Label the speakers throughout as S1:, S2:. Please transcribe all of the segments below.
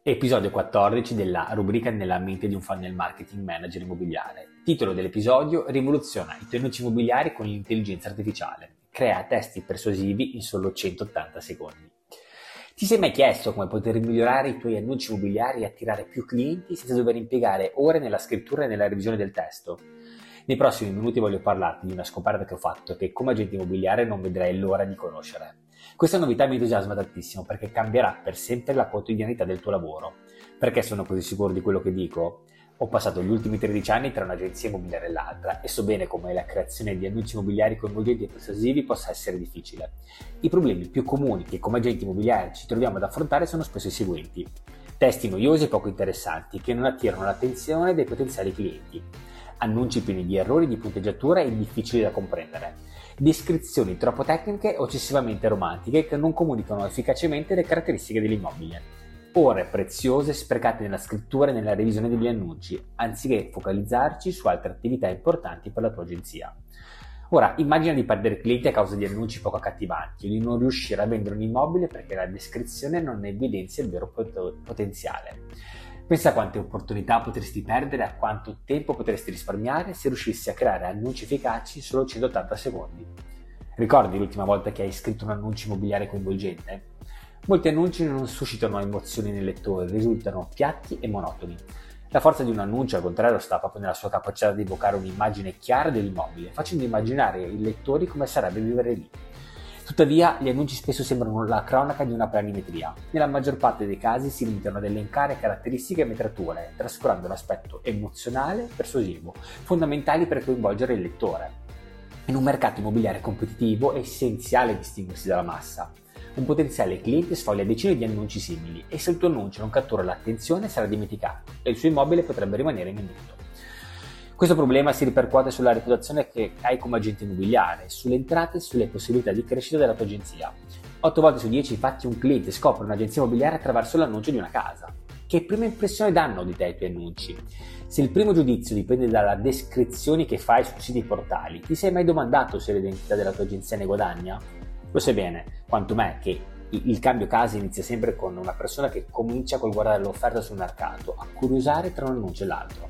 S1: Episodio 14 della rubrica Nella mente di un funnel marketing manager immobiliare. Titolo dell'episodio: Rivoluziona i tuoi annunci immobiliari con l'intelligenza artificiale. Crea testi persuasivi in solo 180 secondi. Ti sei mai chiesto come poter migliorare i tuoi annunci immobiliari e attirare più clienti senza dover impiegare ore nella scrittura e nella revisione del testo? Nei prossimi minuti voglio parlarti di una scoperta che ho fatto e che come agente immobiliare non vedrai l'ora di conoscere. Questa novità mi entusiasma tantissimo perché cambierà per sempre la quotidianità del tuo lavoro. Perché sono così sicuro di quello che dico? Ho passato gli ultimi 13 anni tra un'agenzia immobiliare e l'altra e so bene come la creazione di annunci immobiliari coinvolgenti e persuasivi possa essere difficile. I problemi più comuni che come agenti immobiliari ci troviamo ad affrontare sono spesso i seguenti: testi noiosi e poco interessanti che non attirano l'attenzione dei potenziali clienti, annunci pieni di errori di punteggiatura e difficili da comprendere, descrizioni troppo tecniche o eccessivamente romantiche che non comunicano efficacemente le caratteristiche dell'immobile, ore preziose sprecate nella scrittura e nella revisione degli annunci, anziché focalizzarci su altre attività importanti per la tua agenzia. Ora, immagina di perdere clienti a causa di annunci poco accattivanti o di non riuscire a vendere un immobile perché la descrizione non evidenzia il vero potenziale. Pensa a quante opportunità potresti perdere e a quanto tempo potresti risparmiare se riuscissi a creare annunci efficaci in solo 180 secondi. Ricordi l'ultima volta che hai scritto un annuncio immobiliare coinvolgente? Molti annunci non suscitano emozioni nel lettore, risultano piatti e monotoni. La forza di un annuncio, al contrario, sta proprio nella sua capacità di evocare un'immagine chiara dell'immobile, facendo immaginare ai lettori come sarebbe vivere lì. Tuttavia, gli annunci spesso sembrano la cronaca di una planimetria. Nella maggior parte dei casi si limitano ad elencare caratteristiche e metrature, trascurando l'aspetto emozionale persuasivo, fondamentali per coinvolgere il lettore. In un mercato immobiliare competitivo è essenziale distinguersi dalla massa. Un potenziale cliente sfoglia decine di annunci simili e se il tuo annuncio non cattura l'attenzione sarà dimenticato e il suo immobile potrebbe rimanere invenduto. Questo problema si ripercuote sulla reputazione che hai come agente immobiliare, sulle entrate e sulle possibilità di crescita della tua agenzia. 8 volte su 10 infatti un cliente scopre un'agenzia immobiliare attraverso l'annuncio di una casa. Che prima impressione danno di te i tuoi annunci? Se il primo giudizio dipende dalla descrizione che fai su siti e portali, ti sei mai domandato se l'identità della tua agenzia ne guadagna? Lo sai bene, quanto me, che il cambio casa inizia sempre con una persona che comincia col guardare l'offerta sul mercato, a curiosare tra un annuncio e l'altro.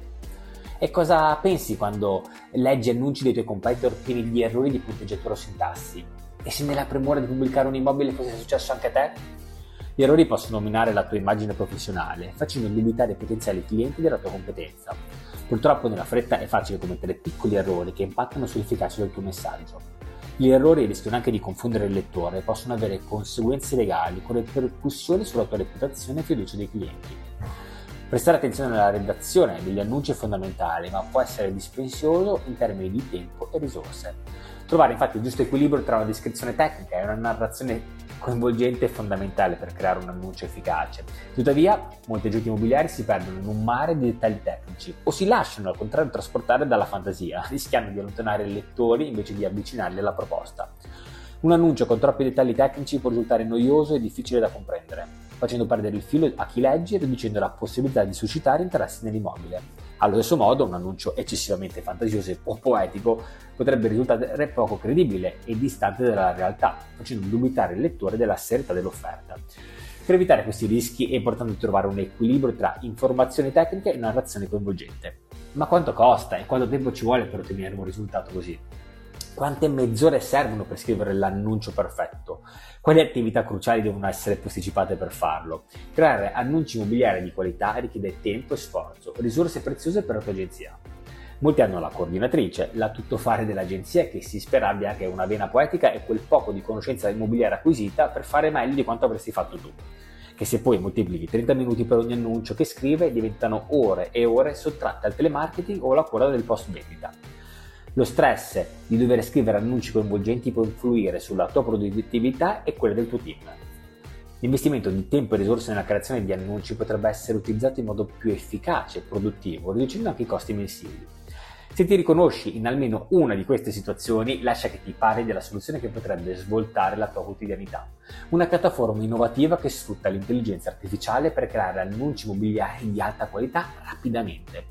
S1: E cosa pensi quando leggi annunci dei tuoi competitor pieni di errori di punteggiatura o sintassi? E se nella premura di pubblicare un immobile fosse successo anche a te? Gli errori possono minare la tua immagine professionale, facendo dubitare i potenziali clienti della tua competenza. Purtroppo nella fretta è facile commettere piccoli errori che impattano sull'efficacia del tuo messaggio. Gli errori rischiano anche di confondere il lettore e possono avere conseguenze legali con ripercussioni sulla tua reputazione e fiducia dei clienti. Prestare attenzione alla redazione degli annunci è fondamentale, ma può essere dispendioso in termini di tempo e risorse. Trovare infatti il giusto equilibrio tra una descrizione tecnica e una narrazione coinvolgente è fondamentale per creare un annuncio efficace. Tuttavia, molti agenti immobiliari si perdono in un mare di dettagli tecnici o si lasciano al contrario trasportare dalla fantasia, rischiando di allontanare i lettori invece di avvicinarli alla proposta. Un annuncio con troppi dettagli tecnici può risultare noioso e difficile da comprendere, facendo perdere il filo a chi legge e riducendo la possibilità di suscitare interesse nell'immobile. Allo stesso modo, un annuncio eccessivamente fantasioso o poetico potrebbe risultare poco credibile e distante dalla realtà, facendo dubitare il lettore della serietà dell'offerta. Per evitare questi rischi è importante trovare un equilibrio tra informazioni tecniche e narrazione coinvolgente. Ma quanto costa e quanto tempo ci vuole per ottenere un risultato così? Quante mezz'ore servono per scrivere l'annuncio perfetto? Quali attività cruciali devono essere posticipate per farlo? Creare annunci immobiliari di qualità richiede tempo e sforzo, risorse preziose per la tua agenzia. Molti hanno la coordinatrice, la tuttofare dell'agenzia che si spera abbia anche una vena poetica e quel poco di conoscenza immobiliare acquisita per fare meglio di quanto avresti fatto tu. Che se poi moltiplichi 30 minuti per ogni annuncio che scrive diventano ore e ore sottratte al telemarketing o alla cura del post vendita. Lo stress di dover scrivere annunci coinvolgenti può influire sulla tua produttività e quella del tuo team. L'investimento di tempo e risorse nella creazione di annunci potrebbe essere utilizzato in modo più efficace e produttivo, riducendo anche i costi mensili. Se ti riconosci in almeno una di queste situazioni, lascia che ti parli della soluzione che potrebbe svoltare la tua quotidianità. Una piattaforma innovativa che sfrutta l'intelligenza artificiale per creare annunci immobiliari di alta qualità rapidamente.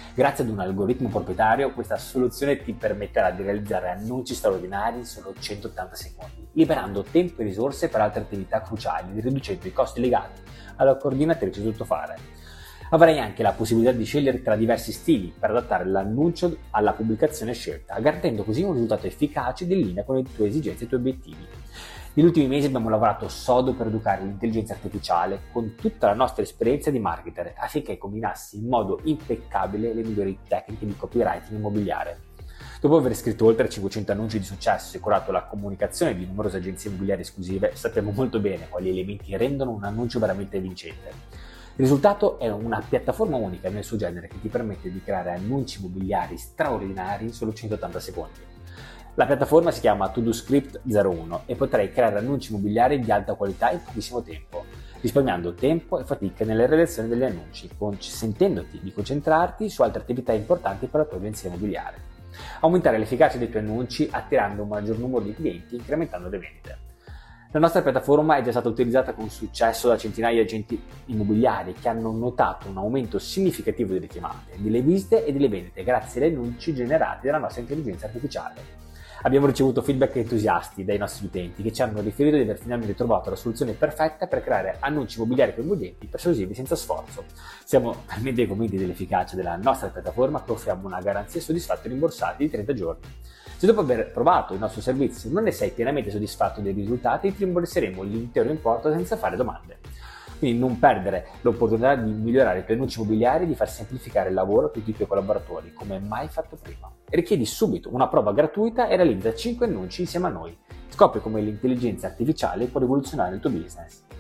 S1: Grazie ad un algoritmo proprietario, questa soluzione ti permetterà di realizzare annunci straordinari in solo 180 secondi, liberando tempo e risorse per altre attività cruciali e riducendo i costi legati alla coordinatrice tuttofare. Avrai anche la possibilità di scegliere tra diversi stili per adattare l'annuncio alla pubblicazione scelta, garantendo così un risultato efficace ed in linea con le tue esigenze e i tuoi obiettivi. Negli ultimi mesi abbiamo lavorato sodo per educare l'intelligenza artificiale con tutta la nostra esperienza di marketer affinché combinassi in modo impeccabile le migliori tecniche di copywriting immobiliare. Dopo aver scritto oltre 500 annunci di successo e curato la comunicazione di numerose agenzie immobiliari esclusive, sappiamo molto bene quali elementi rendono un annuncio veramente vincente. Il risultato è una piattaforma unica nel suo genere che ti permette di creare annunci immobiliari straordinari in solo 180 secondi. La piattaforma si chiama TodoScript 01 e potrai creare annunci immobiliari di alta qualità in pochissimo tempo, risparmiando tempo e fatica nella redazione degli annunci, consentendoti di concentrarti su altre attività importanti per la tua agenzia immobiliare. Aumentare l'efficacia dei tuoi annunci attirando un maggior numero di clienti e incrementando le vendite. La nostra piattaforma è già stata utilizzata con successo da centinaia di agenti immobiliari che hanno notato un aumento significativo delle chiamate, delle visite e delle vendite grazie agli annunci generati dalla nostra intelligenza artificiale. Abbiamo ricevuto feedback entusiasti dai nostri utenti che ci hanno riferito di aver finalmente trovato la soluzione perfetta per creare annunci immobiliari coinvolgenti, persuasivi senza sforzo. Siamo talmente convinti dell'efficacia della nostra piattaforma che offriamo una garanzia soddisfatti e rimborsati di 30 giorni. Se dopo aver provato il nostro servizio non ne sei pienamente soddisfatto dei risultati, ti rimborseremo l'intero importo senza fare domande. Quindi non perdere l'opportunità di migliorare i tuoi annunci immobiliari e di far semplificare il lavoro a tutti i tuoi collaboratori, come mai fatto prima. Richiedi subito una prova gratuita e realizza 5 annunci insieme a noi. Scopri come l'intelligenza artificiale può rivoluzionare il tuo business.